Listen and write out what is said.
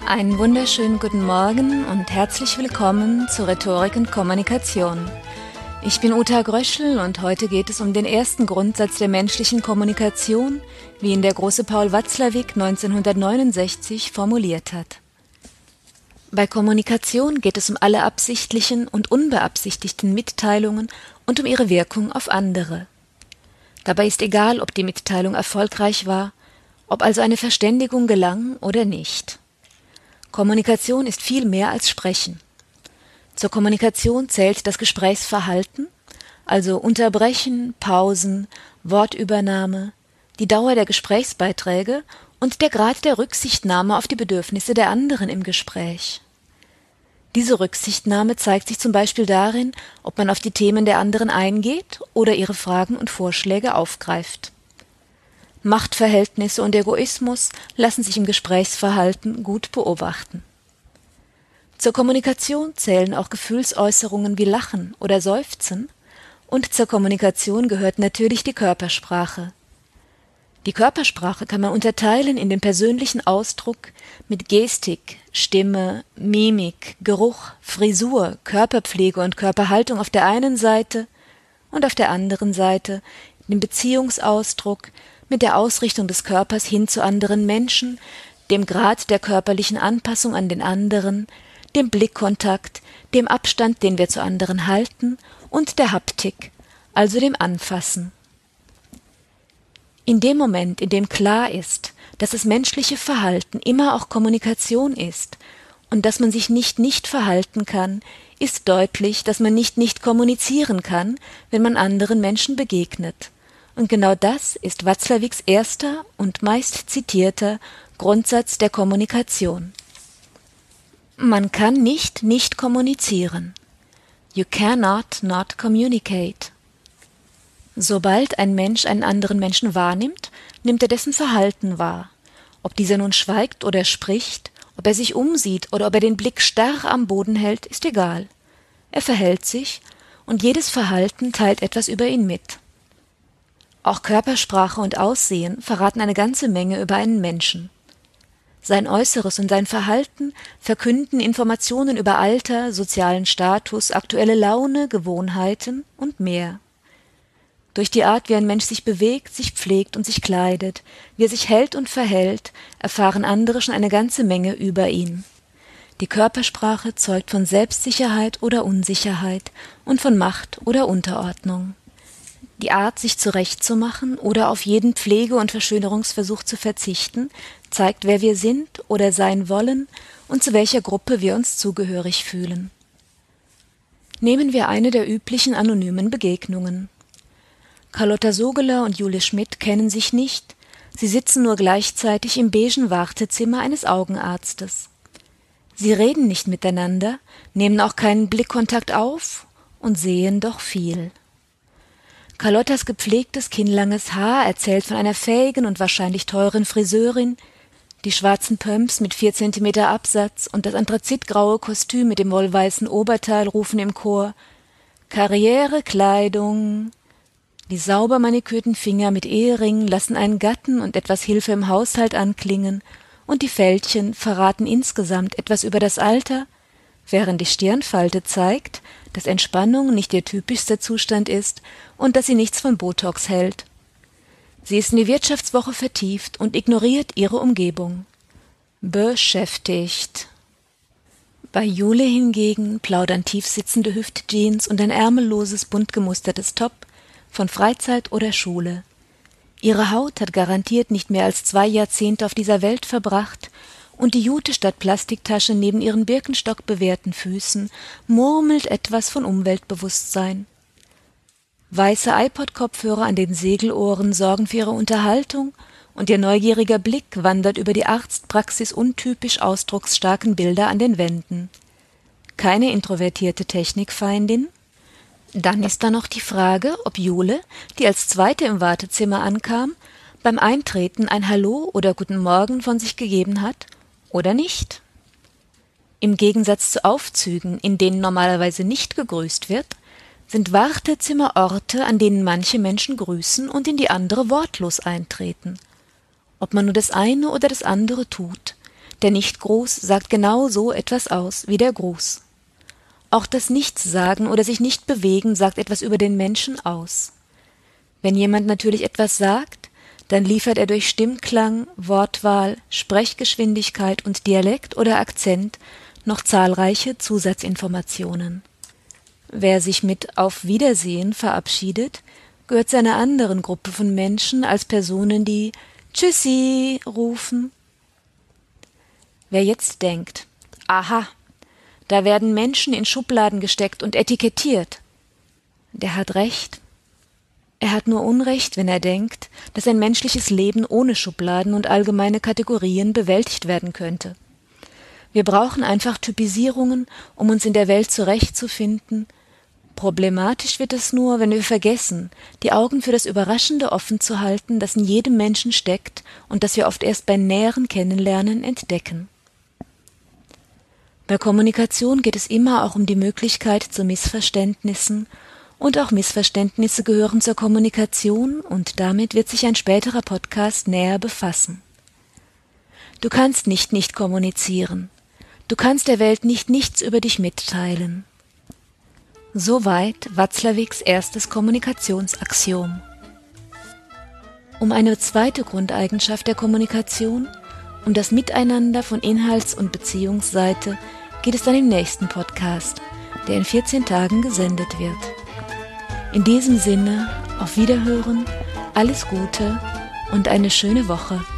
Einen wunderschönen guten Morgen und herzlich willkommen zu Rhetorik und Kommunikation. Ich bin Uta Gröschel und heute geht es um den ersten Grundsatz der menschlichen Kommunikation, wie ihn der große Paul Watzlawick 1969 formuliert hat. Bei Kommunikation geht es um alle absichtlichen und unbeabsichtigten Mitteilungen und um ihre Wirkung auf andere. Dabei ist egal, ob die Mitteilung erfolgreich war, ob also eine Verständigung gelang oder nicht. Kommunikation ist viel mehr als Sprechen. Zur Kommunikation zählt das Gesprächsverhalten, also Unterbrechen, Pausen, Wortübernahme, die Dauer der Gesprächsbeiträge und der Grad der Rücksichtnahme auf die Bedürfnisse der anderen im Gespräch. Diese Rücksichtnahme zeigt sich zum Beispiel darin, ob man auf die Themen der anderen eingeht oder ihre Fragen und Vorschläge aufgreift. Machtverhältnisse und Egoismus lassen sich im Gesprächsverhalten gut beobachten. Zur Kommunikation zählen auch Gefühlsäußerungen wie Lachen oder Seufzen, und zur Kommunikation gehört natürlich die Körpersprache. Die Körpersprache kann man unterteilen in den persönlichen Ausdruck mit Gestik, Stimme, Mimik, Geruch, Frisur, Körperpflege und Körperhaltung auf der einen Seite und auf der anderen Seite den Beziehungsausdruck mit der Ausrichtung des Körpers hin zu anderen Menschen, dem Grad der körperlichen Anpassung an den anderen, dem Blickkontakt, dem Abstand, den wir zu anderen halten, und der Haptik, also dem Anfassen. In dem Moment, in dem klar ist, dass das menschliche Verhalten immer auch Kommunikation ist und dass man sich nicht verhalten kann, ist deutlich, dass man nicht kommunizieren kann, wenn man anderen Menschen begegnet. Und genau das ist Watzlawicks erster und meist zitierter Grundsatz der Kommunikation. Man kann nicht kommunizieren. You cannot not communicate. Sobald ein Mensch einen anderen Menschen wahrnimmt, nimmt er dessen Verhalten wahr. Ob dieser nun schweigt oder spricht, ob er sich umsieht oder ob er den Blick starr am Boden hält, ist egal. Er verhält sich, und jedes Verhalten teilt etwas über ihn mit. Auch Körpersprache und Aussehen verraten eine ganze Menge über einen Menschen. Sein Äußeres und sein Verhalten verkünden Informationen über Alter, sozialen Status, aktuelle Laune, Gewohnheiten und mehr. Durch die Art, wie ein Mensch sich bewegt, sich pflegt und sich kleidet, wie er sich hält und verhält, erfahren andere schon eine ganze Menge über ihn. Die Körpersprache zeugt von Selbstsicherheit oder Unsicherheit und von Macht oder Unterordnung. Die Art, sich zurechtzumachen oder auf jeden Pflege- und Verschönerungsversuch zu verzichten, zeigt, wer wir sind oder sein wollen und zu welcher Gruppe wir uns zugehörig fühlen. Nehmen wir eine der üblichen anonymen Begegnungen. Carlotta Sogeler und Jule Schmidt kennen sich nicht, sie sitzen nur gleichzeitig im beigen Wartezimmer eines Augenarztes. Sie reden nicht miteinander, nehmen auch keinen Blickkontakt auf und sehen doch viel. Carlottas gepflegtes, kinnlanges Haar erzählt von einer fähigen und wahrscheinlich teuren Friseurin, die schwarzen Pumps mit 4 Zentimeter Absatz und das anthrazitgraue Kostüm mit dem wollweißen Oberteil rufen im Chor »Karriere, Kleidung«. Die sauber manikürten Finger mit Eheringen lassen einen Gatten und etwas Hilfe im Haushalt anklingen, und die Fältchen verraten insgesamt etwas über das Alter, während die Stirnfalte zeigt, dass Entspannung nicht ihr typischster Zustand ist und dass sie nichts von Botox hält. Sie ist in die Wirtschaftswoche vertieft und ignoriert ihre Umgebung. Beschäftigt. Bei Jule hingegen plaudern tiefsitzende Hüftjeans und ein ärmelloses, bunt gemustertes Top von Freizeit oder Schule. Ihre Haut hat garantiert nicht mehr als 2 Jahrzehnte auf dieser Welt verbracht, und die Jute statt Plastiktasche neben ihren Birkenstock bewehrten Füßen murmelt etwas von Umweltbewusstsein. Weiße iPod-Kopfhörer an den Segelohren sorgen für ihre Unterhaltung, und ihr neugieriger Blick wandert über die Arztpraxis untypisch ausdrucksstarken Bilder an den Wänden. Keine introvertierte Technikfeindin? Dann ist da noch die Frage, ob Jule, die als Zweite im Wartezimmer ankam, beim Eintreten ein Hallo oder Guten Morgen von sich gegeben hat oder nicht. Im Gegensatz zu Aufzügen, in denen normalerweise nicht gegrüßt wird, sind Wartezimmer Orte, an denen manche Menschen grüßen und in die andere wortlos eintreten. Ob man nur das eine oder das andere tut, Der Nichtgruß sagt genau so etwas aus wie der Gruß. Auch das Nichtssagen oder sich nicht bewegen sagt etwas über den Menschen aus. Wenn jemand natürlich etwas sagt, dann liefert er durch Stimmklang, Wortwahl, Sprechgeschwindigkeit und Dialekt oder Akzent noch zahlreiche Zusatzinformationen. Wer sich mit Auf Wiedersehen verabschiedet, gehört zu einer anderen Gruppe von Menschen als Personen, die Tschüssi rufen. Wer jetzt denkt, aha, da werden Menschen in Schubladen gesteckt und etikettiert, der hat recht. Er hat nur Unrecht, wenn er denkt, dass ein menschliches Leben ohne Schubladen und allgemeine Kategorien bewältigt werden könnte. Wir brauchen einfach Typisierungen, um uns in der Welt zurechtzufinden. Problematisch wird es nur, wenn wir vergessen, die Augen für das Überraschende offen zu halten, das in jedem Menschen steckt und das wir oft erst beim näheren Kennenlernen entdecken. Bei Kommunikation geht es immer auch um die Möglichkeit zu Missverständnissen, und auch Missverständnisse gehören zur Kommunikation, und damit wird sich ein späterer Podcast näher befassen. Du kannst nicht kommunizieren. Du kannst der Welt nicht nichts über dich mitteilen. Soweit Watzlawicks erstes Kommunikationsaxiom. Um eine zweite Grundeigenschaft der Kommunikation, um das Miteinander von Inhalts- und Beziehungsseite, geht es dann im nächsten Podcast, der in 14 Tagen gesendet wird. In diesem Sinne, auf Wiederhören, alles Gute und eine schöne Woche.